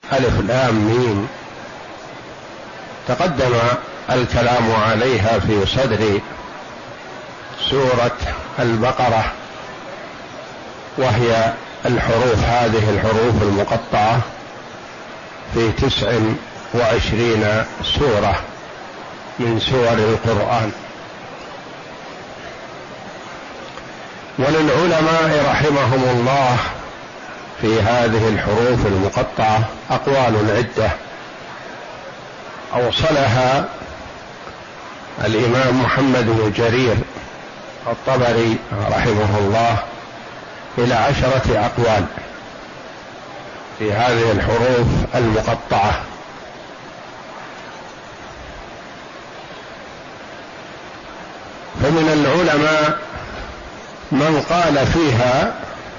ألف لام ميم تقدم الكلام عليها في صدر سورة البقرة، وهي هذه الحروف المقطعة في 29 سورة من سور القرآن. وللعلماء رحمهم الله في هذه الحروف المقطعة أقوال عدة أوصلها الإمام محمد بن جرير الطبري رحمه الله إلى 10 أقوال في هذه الحروف المقطعة. فمن العلماء من قال فيها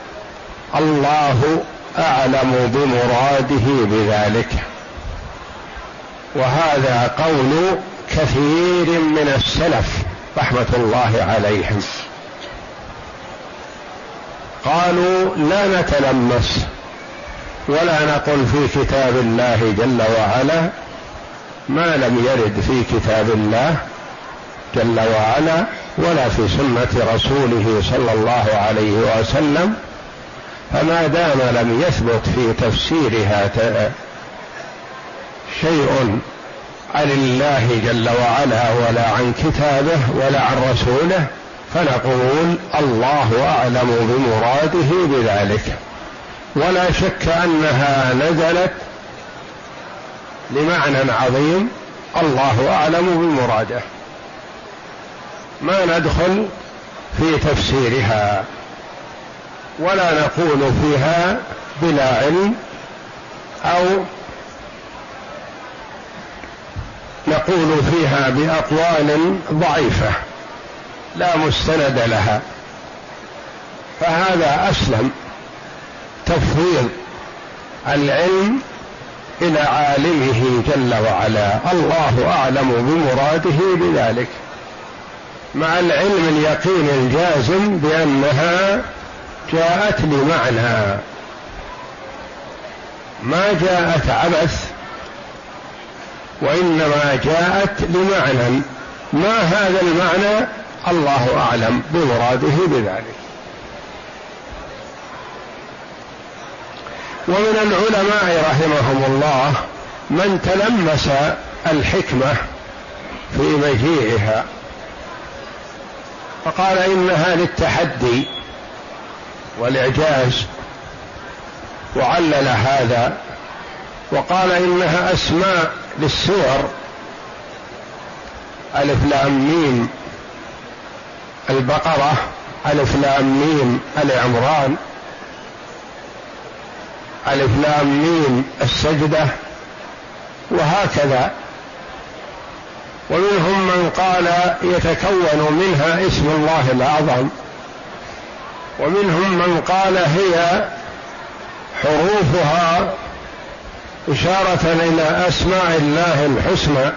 الله أعلم بمراده بذلك، وهذا قول كثير من السلف رحمة الله عليهم، قالوا لا نتلمس ولا نقل في كتاب الله جل وعلا ما لم يرد في كتاب الله جل وعلا ولا في سنة رسوله صلى الله عليه وسلم، فما دام لم يثبت في تفسيرها شيء عن الله جل وعلا ولا عن كتابه ولا عن رسوله فنقول الله أعلم بمراده بذلك. ولا شك أنها نزلت لمعنى عظيم، الله أعلم بمراده، ما ندخل في تفسيرها ولا نقول فيها بلا علم، أو نقول فيها بأقوال ضعيفة لا مستند لها، فهذا أسلم، تفويض العلم إلى عالمه جل وعلا، الله أعلم بمراده بذلك، مع العلم اليقين الجازم بأنها جاءت لمعنى، ما جاءت عبث، وإنما جاءت لمعنى، ما هذا المعنى الله أعلم بمراده بذلك. ومن العلماء رحمهم الله من تلمس الحكمة في مجيئها فقال إنها للتحدي والإعجاز، وعلل هذا وقال إنها أسماء للسور، ألف لام ميم البقرة، ألف لام ميم آل عمران، ألف لام ميم السجدة، وهكذا. ومنهم من قال يتكون منها اسم الله الأعظم، ومنهم من قال هي حروفها إشارة إلى أسماء الله الحسنى،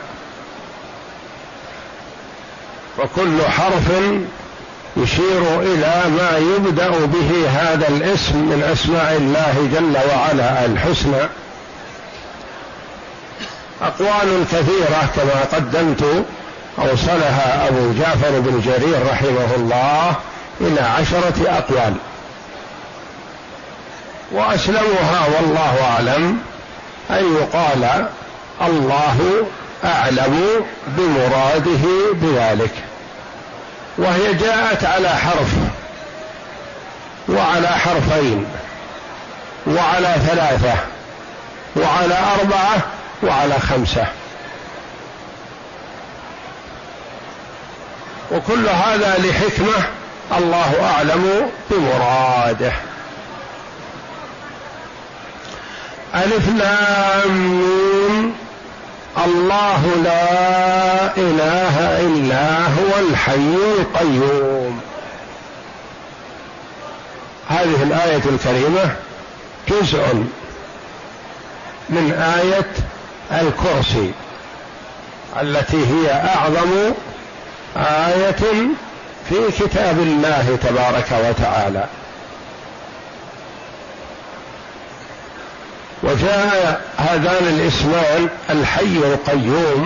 وكل حرف يشير إلى ما يبدأ به هذا الاسم من أسماء الله جل وعلا الحسنى. أقوال كثيرة كما قدمت أوصلها أبو جعفر بن جرير رحمه الله إلى 10 أقوال، وأسلمها والله أعلم أن يقال الله أعلم بمراده بذلك، وهي جاءت على حرف وعلى حرفين وعلى 3 وعلى 4 وعلى 5، وكل هذا لحكمة الله أعلم بمراده. ألف لام ميم الله لا إله إلا هو الحي القيوم. هذه الآية الكريمة جزء من آية الكرسي التي هي أعظم آية في كتاب الله تبارك وتعالى، وجاء هذان الاسمان الحي القيوم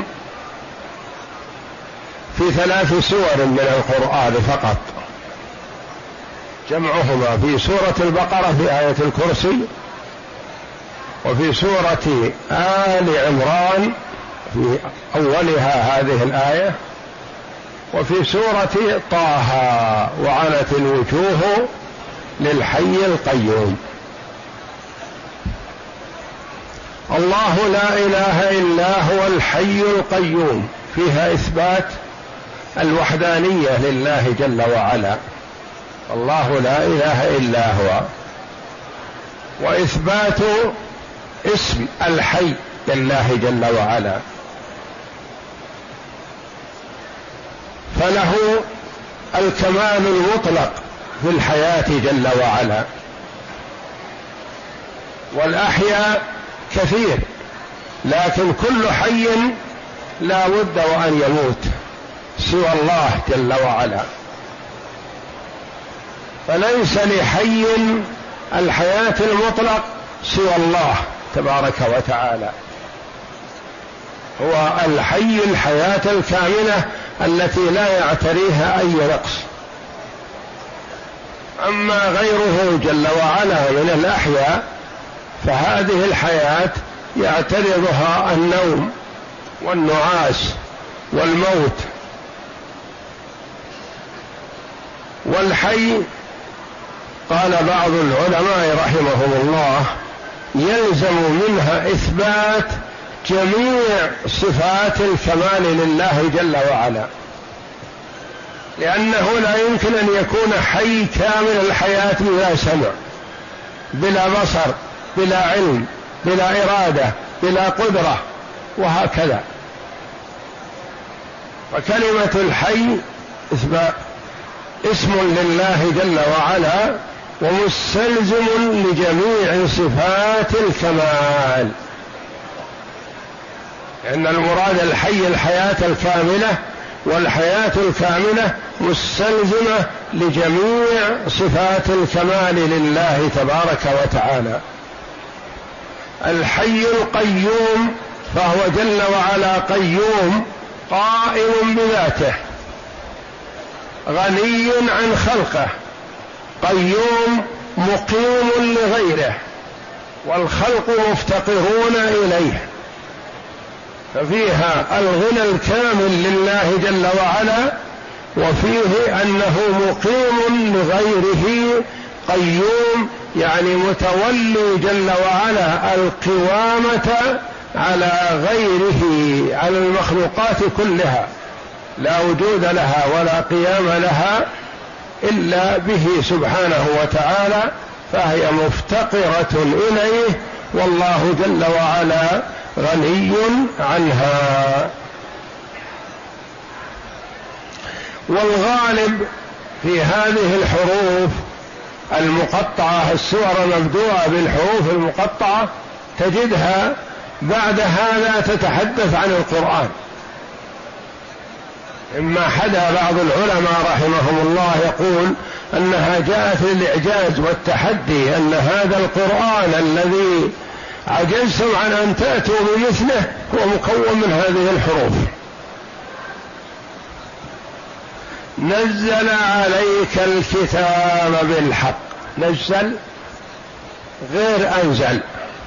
في 3 سور من القرآن فقط، جمعهما في سورة البقرة في آية الكرسي، وفي سورة آل عمران في أولها هذه الآية، وفي سورة طه وعنت الوجوه للحي القيوم. الله لا إله إلا هو الحي القيوم فيها إثبات الوحدانية لله جل وعلا، الله لا إله إلا هو، وإثبات اسم الحي لله جل وعلا، فله الكمال المطلق في الحياة جل وعلا. والأحياء كثير، لكن كل حي لا بد وأن يموت سوى الله جل وعلا، فليس لحي الحياة المطلق سوى الله تبارك وتعالى، هو الحي الحياة الكاملة التي لا يعتريها أي نقص. أما غيره جل وعلا من الأحياء فهذه الحياة يعترضها النوم والنعاس والموت. والحي قال بعض العلماء رحمهم الله يلزم منها إثبات جميع صفات الكمال لله جل وعلا، لأنه لا يمكن أن يكون حي كامل الحياة بلا سمع بلا بصر بلا علم بلا إرادة بلا قدرة وهكذا. وكلمة الحي اسم لله جل وعلا ومستلزم لجميع صفات الكمال، لأن المراد الحي الحياة الكاملة، والحياة الكاملة مستلزمة لجميع صفات الكمال لله تبارك وتعالى. الحي القيوم فهو جل وعلا قيوم قائم بذاته، غني عن خلقه، قيوم مقيم لغيره، والخلق مفتقرون إليه، ففيها الغنى الكامل لله جل وعلا، وفيه أنه مقيم لغيره قيوم، يعني متولي جل وعلا القوامة على غيره، على المخلوقات كلها، لا وجود لها ولا قيام لها إلا به سبحانه وتعالى، فهي مفتقرة إليه، والله جل وعلا غني عنها. والغالب في هذه الحروف المقطعة، السور المبدوءة بالحروف المقطعة، تجدها بعد هذا تتحدث عن القرآن. إما حدا بعض العلماء رحمهم الله يقول أنها جاءت للإعجاز والتحدي، أن هذا القرآن الذي عجزتم عن أن تأتوا بمثله هو مكون من هذه الحروف. نزل عليك الكتاب بالحق، نزل غير أنزل.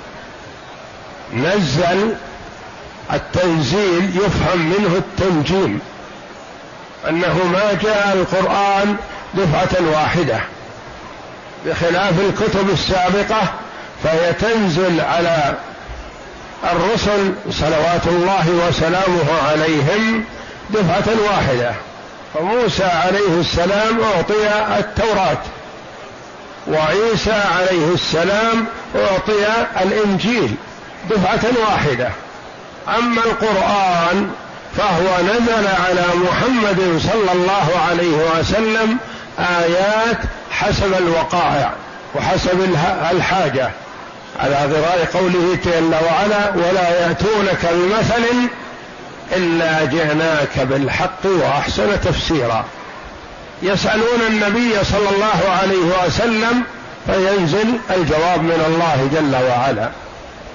نزل التنزيل يفهم منه التنجيم، أنه ما جاء القرآن دفعة واحدة، بخلاف الكتب السابقة فهي تنزل على الرسل صلوات الله وسلامه عليهم دفعة واحدة. فموسى عليه السلام أعطي التوراة، وعيسى عليه السلام أعطي الإنجيل دفعة واحدة. أما القرآن فهو نزل على محمد صلى الله عليه وسلم آيات حسب الوقائع وحسب الحاجة، على غرار قوله جل وعلا: ولا يأتونك بمثل إلا جئناك بالحق وأحسن تفسيرا. يسألون النبي صلى الله عليه وسلم فينزل الجواب من الله جل وعلا.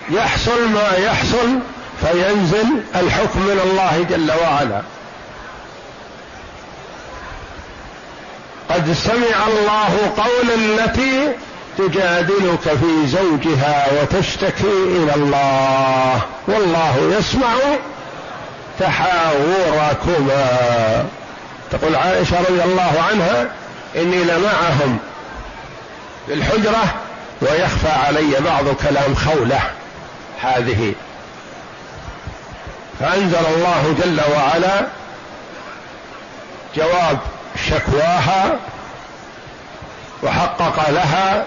يحصل ما يحصل فينزل الحكم من الله جل وعلا. قد سمع الله قول التي تجادلك في زوجها وتشتكي إلى الله والله يسمع تحاوركما. تقول عائشة رضي الله عنها: إني لمعهم في الحجرة ويخفى علي بعض كلام خولة هذه، فأنزل الله جل وعلا جواب شكواها وحقق لها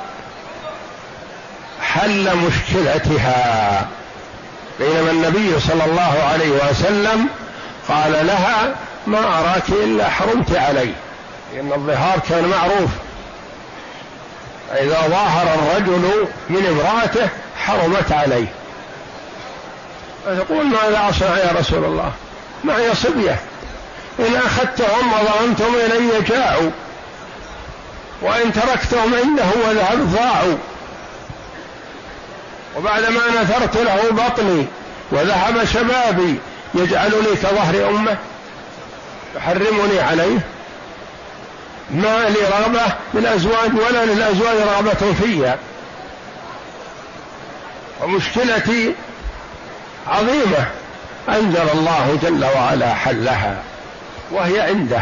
حل مشكلتها، بينما النبي صلى الله عليه وسلم قال لها: ما أراك إلا حرمت علي، لأن الظهار كان معروف، إذا ظاهر الرجل من امرأته حرمت عليه. فتقول: ماذا أصنع يا رسول الله؟ معي صبية، إن أخذتهم وضممتم إلي جاعوا، وإن تركتهم عنده وذهب ضاعوا، وبعدما نثرت له بطني وذهب شبابي يجعلني كظهر أمه يحرمني عليه. ما لي رغبة بالأزواج ولا للأزواج رغبة فيها، ومشكلتي عظيمة. أنزل الله جل وعلا حلها، وهي عنده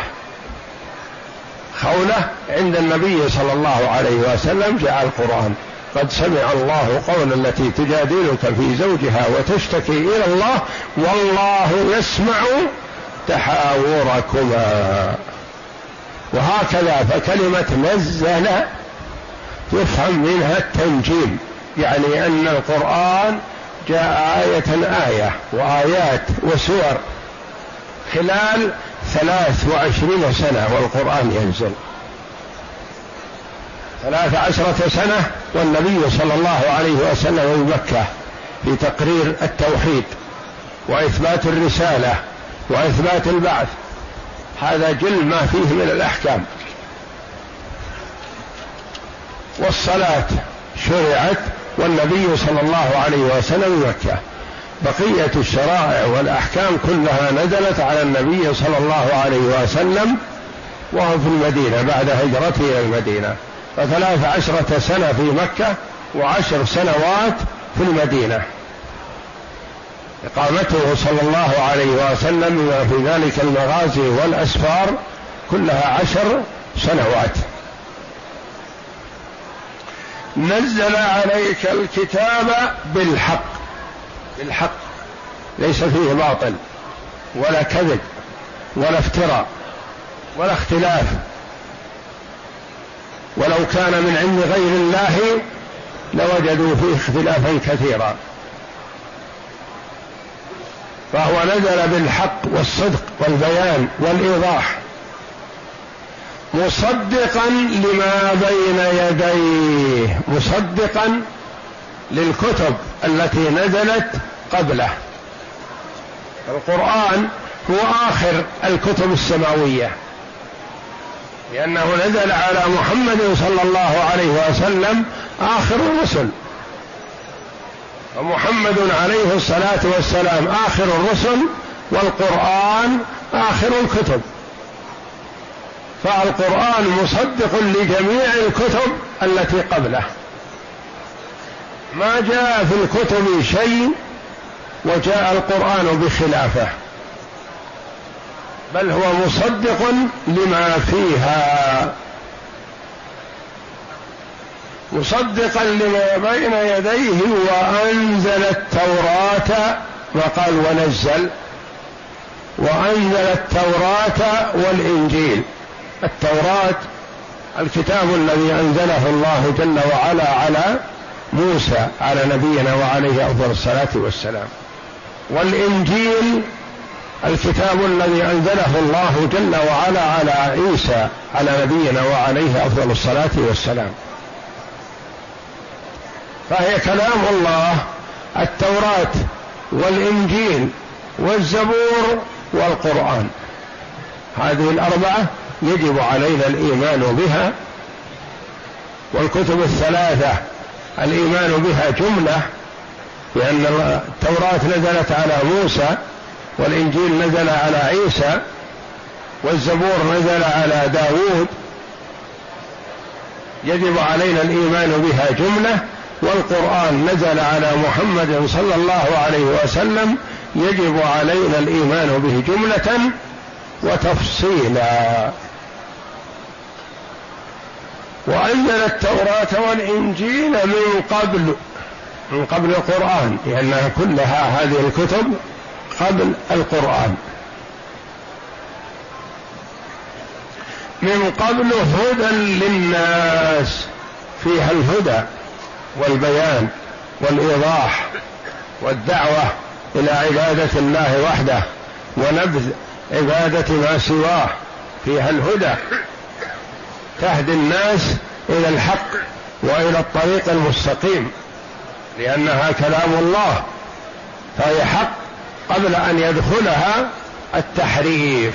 خولة عند النبي صلى الله عليه وسلم. جاء القرآن: قد سمع الله قول التي تجادلك في زوجها وتشتكي إلى الله والله يسمع تحاوركما. وهكذا فكلمة نزل يفهم منها التنجيم، يعني أن القرآن جاء آية وآيات وسور خلال 23 سنة، والقرآن ينزل 13 سنة، والنبي صلى الله عليه وسلم بمكة في تقرير التوحيد وإثبات الرسالة وإثبات البعث. هذا جل ما فيه من الأحكام. والصلاة شرعت والنبي صلى الله عليه وسلم بمكة. بقية الشرائع والأحكام كلها نزلت على النبي صلى الله عليه وسلم وهو في المدينة بعد هجرته إلى المدينة، ف13 سنة في مكة و10 سنوات في المدينة. إقامته صلى الله عليه وسلم بما في ذلك المغازي والأسفار كلها 10 سنوات. نزل عليك الكتاب بالحق، بالحق ليس فيه باطل ولا كذب ولا افتراء ولا اختلاف، ولو كان من عند غير الله لوجدوا فيه اختلافا كثيرا. فهو نزل بالحق والصدق والبيان والإيضاح، مصدقا لما بين يديه، مصدقا للكتب التي نزلت قبله. القرآن هو آخر الكتب السماوية، لأنه نزل على محمد صلى الله عليه وسلم آخر الرسل، ومحمد عليه الصلاة والسلام آخر الرسل، والقرآن آخر الكتب. فالقرآن مصدق لجميع الكتب التي قبله، ما جاء في الكتب شيء وجاء القرآن بخلافه، بل هو مصدق لما فيها، مصدقا لما بين يديه. وأنزل التوراة، وقال ونزل، وأنزل التوراة والإنجيل. التوراة الكتاب الذي أنزله الله جل وعلا على موسى على نبينا وعليه أفضل الصلاة والسلام، والإنجيل الكتاب الذي أنزله الله جل وعلا على عيسى على نبينا وعليه أفضل الصلاة والسلام. فهي كلام الله، التوراة والإنجيل والزبور والقرآن، هذه الأربعة يجب علينا الإيمان بها. والكتب الثلاثة الإيمان بها جملة، لأن التوراة نزلت على موسى، والإنجيل نزل على عيسى، والزبور نزل على داود، يجب علينا الإيمان بها جملة. والقرآن نزل على محمد صلى الله عليه وسلم، يجب علينا الإيمان به جملة وتفصيلا. وأنزل التوراة والإنجيل من قبل القرآن، لأنها كلها هذه الكتب قبل القرآن. من قبل هدى للناس، فيها الهدى والبيان والإيضاح والدعوة إلى عبادة الله وحده ونبذ عبادة ما سواه. فيها الهدى، تهدي الناس إلى الحق وإلى الطريق المستقيم، لأنها كلام الله، فهي حق قبل أن يدخلها التحريف.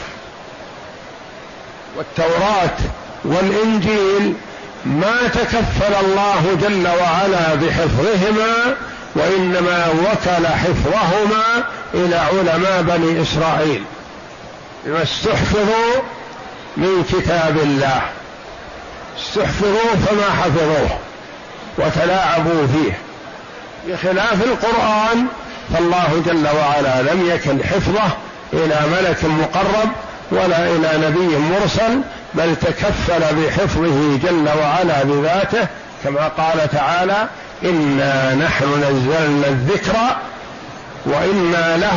والتوراة والإنجيل ما تكفل الله جل وعلا بحفظهما، وإنما وكل حفظهما إلى علماء بني إسرائيل بما استحفظوا من كتاب الله. استحفظوه فما حفظوه وتلاعبوا فيه، بخلاف القرآن فالله جل وعلا لم يكن حفظه إلى ملك مقرب ولا إلى نبي مرسل، بل تكفل بحفظه جل وعلا بذاته، كما قال تعالى: إنا نحن نزلنا الذكر وإنا له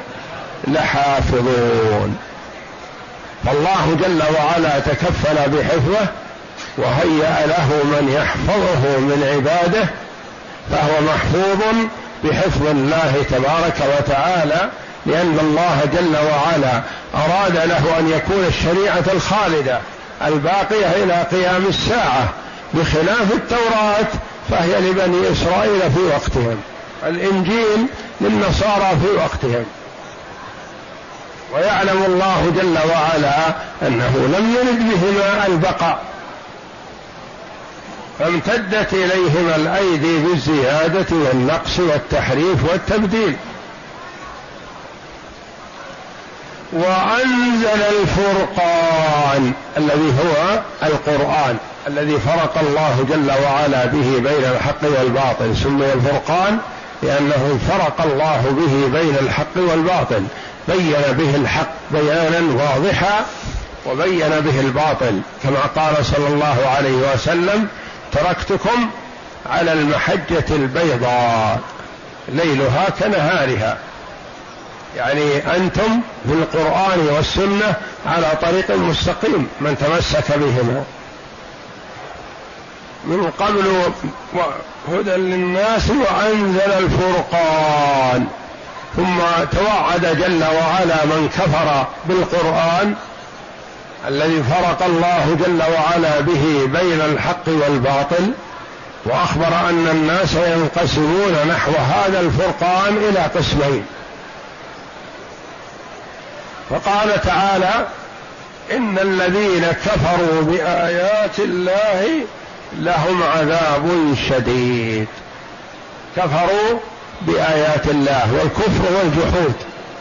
لحافظون. فالله جل وعلا تكفل بحفظه وهيأ له من يحفظه من عباده، فهو محفوظ بحفظ الله تبارك وتعالى، لأن الله جل وعلا أراد له أن يكون الشريعة الخالدة الباقية إلى قيام الساعة، بخلاف التوراة فهي لبني إسرائيل في وقتهم، الإنجيل للنصارى في وقتهم. ويعلم الله جل وعلا أنه لم يرد بهما البقاء، فامتدت إليهما الأيدي بالزيادة والنقص والتحريف والتبديل. وأنزل الفرقان الذي هو القرآن، الذي فرق الله جل وعلا به بين الحق والباطل. سمي الفرقان لأنه فرق الله به بين الحق والباطل، بين به الحق بيانا واضحا وبين به الباطل، كما قال صلى الله عليه وسلم: تركتكم على المحجة البيضاء ليلها كنهارها، يعني أنتم في القرآن والسنة على طريق مستقيم من تمسك بهما. من قبل هدى للناس وأنزل الفرقان. ثم توعد جل وعلا من كفر بالقرآن الذي فرق الله جل وعلا به بين الحق والباطل، وأخبر أن الناس ينقسمون نحو هذا الفرقان إلى قسمين. فقال تعالى: إن الذين كفروا بآيات الله لهم عذاب شديد. كفروا بآيات الله، والكفر والجحود،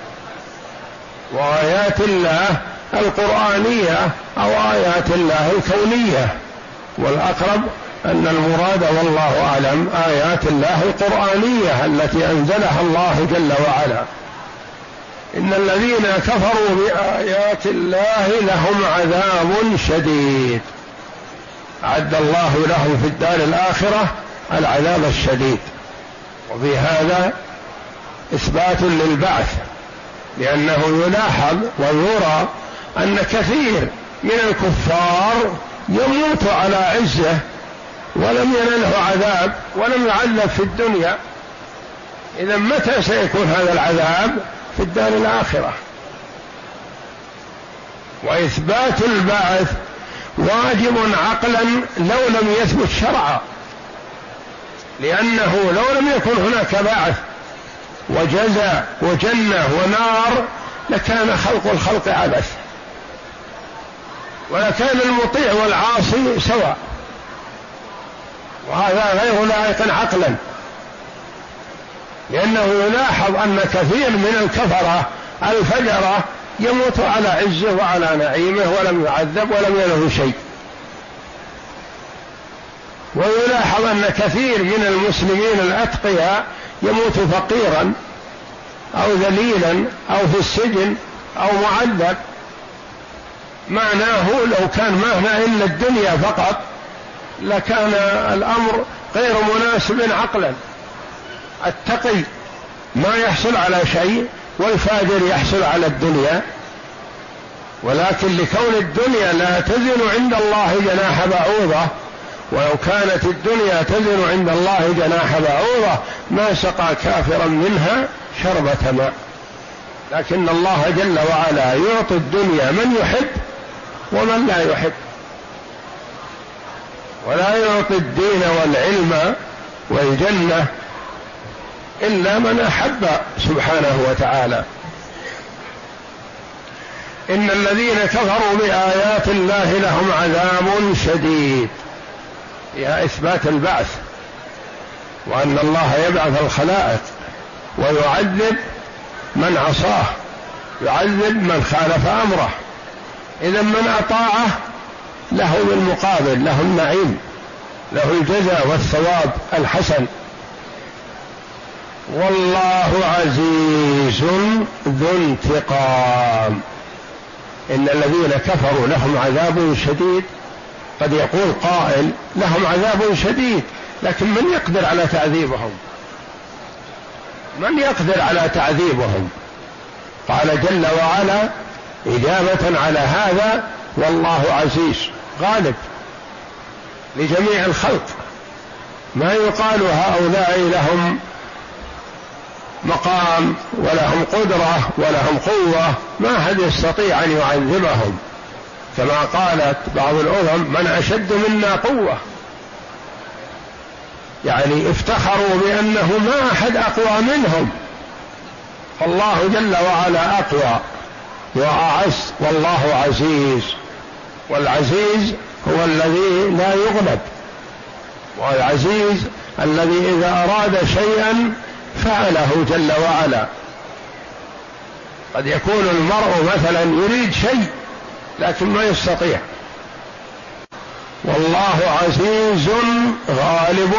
وآيات الله القرآنية أو آيات الله الكونية، والأقرب أن المراد والله أعلم آيات الله القرآنية التي أنزلها الله جل وعلا. إن الذين كفروا بآيات الله لهم عذاب شديد، أعد الله لهم في الدار الآخرة العذاب الشديد. وفي هذا إثبات للبعث، لأنه يلاحظ ويرى أن كثير من الكفار يموت على عزه ولم ينله عذاب ولم يعذب في الدنيا. إذا متى سيكون هذا العذاب؟ في الدار الآخرة. وإثبات البعث واجب عقلا لو لم يثبت شرعا، لأنه لو لم يكن هناك بعث وجزاء وجنة ونار لكان خلق الخلق عبث، ولكان المطيع والعاصي سواء، وهذا غير لائق عقلا. لأنه يلاحظ أن كثير من الكفرة الفجرة يموت على عزه وعلى نعيمه ولم يعذب ولم يله شيء، ويلاحظ أن كثير من المسلمين الأتقياء يموت فقيرا أو ذليلا أو في السجن أو معذب. معناه لو كان معنا إلا الدنيا فقط لكان الأمر غير مناسب عقلا. التقي ما يحصل على شيء والفاجر يحصل على الدنيا، ولكن لكون الدنيا لا تزن عند الله جناح بعوضة، ولو كانت الدنيا تزن عند الله جناح بعوضة ما سقى كافرا منها شربة ماء. لكن الله جل وعلا يعطي الدنيا من يحب ومن لا يحب، ولا يعطي الدين والعلم والجنة إلا من أحب سبحانه وتعالى. إن الذين كفروا بآيات الله لهم عذاب شديد، يا إثبات البعث وأن الله يبعث الخلائق ويعذب من عصاه، يعذب من خالف أمره. إذا من أطاعه له بالمقابل، له النعيم، له الجزاء والثواب الحسن. والله عزيز ذو انتقام. إن الذين كفروا لهم عذاب شديد. قد يقول قائل لهم عذاب شديد، لكن من يقدر على تعذيبهم؟ من يقدر على تعذيبهم؟ قال جل وعلا إجابة على هذا: والله عزيز غالب لجميع الخلق. ما يقال هؤلاء لهم مقام ولهم قدرة ولهم قوة، ما أحد يستطيع أن يعذبهم، كما قالت بعض الأمم: من أشد منا قوة. يعني افتخروا بأنه ما أحد أقوى منهم، فالله جل وعلا أقوى وأعز، والله عزيز. والعزيز هو الذي لا يغلب، والعزيز الذي إذا أراد شيئا فعله جل وعلا. قد يكون المرء مثلا يريد شيء لكن ما يستطيع. والله عزيز غالب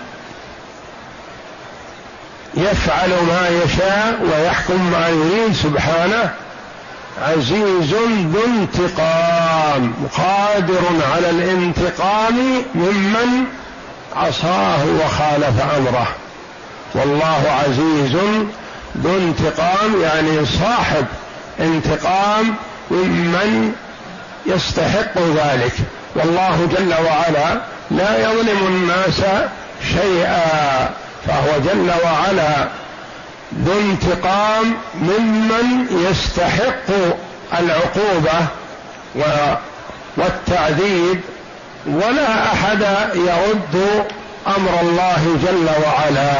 يفعل ما يشاء ويحكم ما يريد سبحانه. عزيز ذو انتقام، قادر على الانتقام ممن عصاه وخالف أمره. والله عزيز ذو انتقام، يعني صاحب انتقام ممن يستحق ذلك. والله جل وعلا لا يظلم الناس شيئا، فهو جل وعلا ذو انتقام ممن يستحق العقوبة والتعذيب، ولا أحد يرد أمر الله جل وعلا.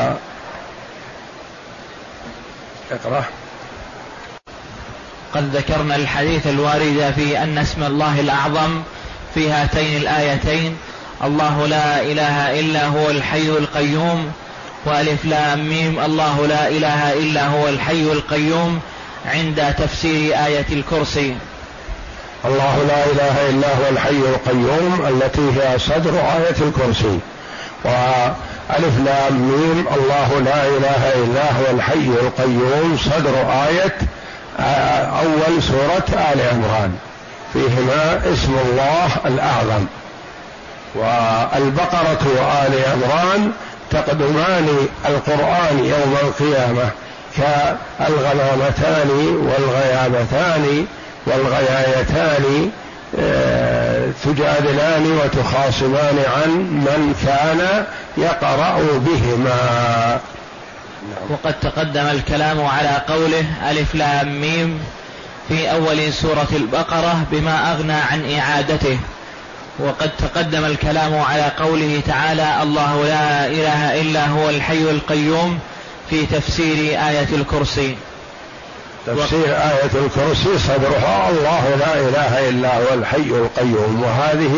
اقرأ. قد ذكرنا الحديث الوارد في أن اسم الله الأعظم في هاتين الآيتين: الله لا إله إلا هو الحي القيوم، وألف لام ميم الله لا إله إلا هو الحي القيوم، عند تفسير آية الكرسي. الله لا إله إلا هو الحي القيوم التي هي صدر آية الكرسي، وألف لام ميم الله لا إله إلا هو الحي القيوم صدر آية أول سورة آل عمران، فيهما اسم الله الأعظم. والبقرة وآل عمران تقدمان القرآن يوم القيامة كالغمامتان والغيابتان والغيايتان، تجادلان وتخاصمان عن من كان يقرأ بهما. وقد تقدم الكلام على قوله ألف لام ميم في أول سورة البقرة بما أغنى عن إعادته، وقد تقدم الكلام على قوله تعالى الله لا إله إلا هو الحي القيوم في تفسير آية الكرسي. تفسير آية الكرسي صدرها الله لا إله إلا هو الحي القيوم، وهذه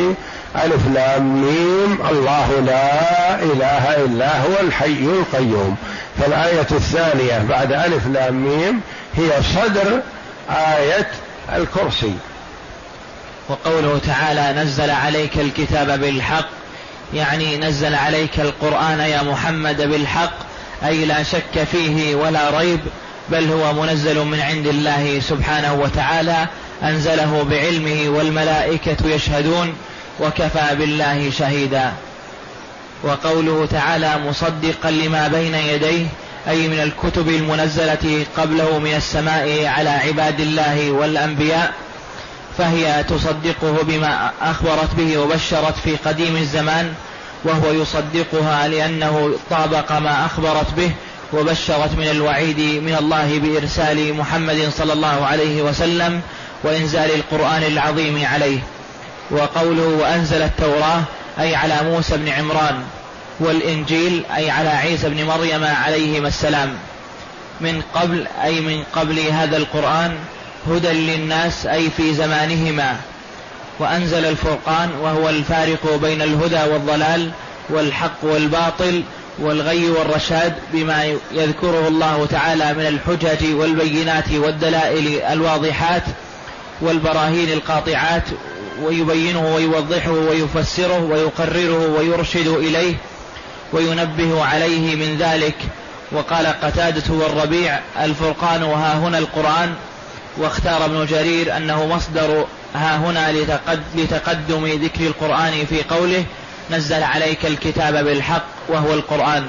ألف لام ميم الله لا إله إلا هو الحي القيوم. فالآية الثانية بعد ألف لام ميم هي صدر آية الكرسي. وقوله تعالى نزل عليك الكتاب بالحق، يعني نزل عليك القرآن يا محمد بالحق، أي لا شك فيه ولا ريب، بل هو منزل من عند الله سبحانه وتعالى، أنزله بعلمه والملائكة يشهدون وكفى بالله شهيدا. وقوله تعالى مصدقا لما بين يديه، أي من الكتب المنزلة قبله من السماء على عباد الله والأنبياء، فهي تصدقه بما أخبرت به وبشرت في قديم الزمان، وهو يصدقها لأنه طابق ما أخبرت به وبشرت من الوعيد من الله بإرسال محمد صلى الله عليه وسلم وإنزال القرآن العظيم عليه. وقوله وأنزل التوراة أي على موسى بن عمران، والإنجيل أي على عيسى بن مريم عليهما السلام، من قبل أي من قبل هذا القرآن، هدى للناس أي في زمانهما. وأنزل الفرقان وهو الفارق بين الهدى والضلال والحق والباطل والغي والرشاد، بما يذكره الله تعالى من الحجج والبينات والدلائل الواضحات والبراهين القاطعات، ويبينه ويوضحه ويفسره ويقرره ويرشد إليه وينبه عليه من ذلك. وقال قتادة والربيع الفرقان وها هنا القرآن. واختار ابن جرير أنه مصدر ها هنا لتقدم ذكر القرآن في قوله نزل عليك الكتاب بالحق وهو القرآن.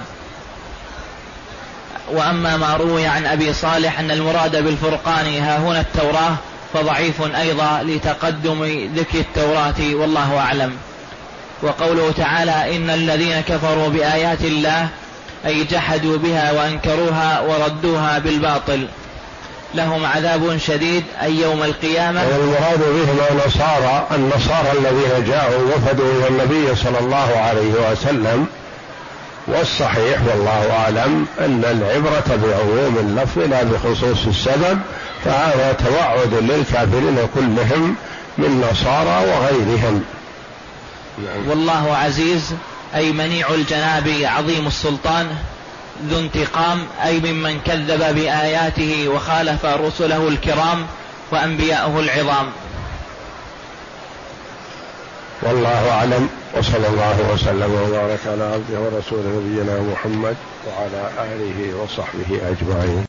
وأما ما روي عن أبي صالح أن المراد بالفرقان ها هنا التوراة فضعيف أيضا لتقدم ذكر التوراة والله أعلم. وقوله تعالى إن الذين كفروا بآيات الله أي جحدوا بها وأنكروها وردوها بالباطل لهم عذاب شديد أي يوم القيامة. والمراد بهم النصارى الذين جاءوا وفدوا إلى النبي صلى الله عليه وسلم. والصحيح والله أعلم أن العبرة بعموم اللفظ لا بخصوص السبب، فهذا توعد للكافرين كلهم من نصارى وغيرهم. والله عزيز أي منيع الجناب عظيم السلطان، ذو انتقام أي ممن كذب بآياته وخالف رسله الكرام وأنبياءه العظام. والله أعلم، وصلى الله وسلم وبارك على عبده ورسوله نبينا محمد وعلى آله وصحبه أجمعين.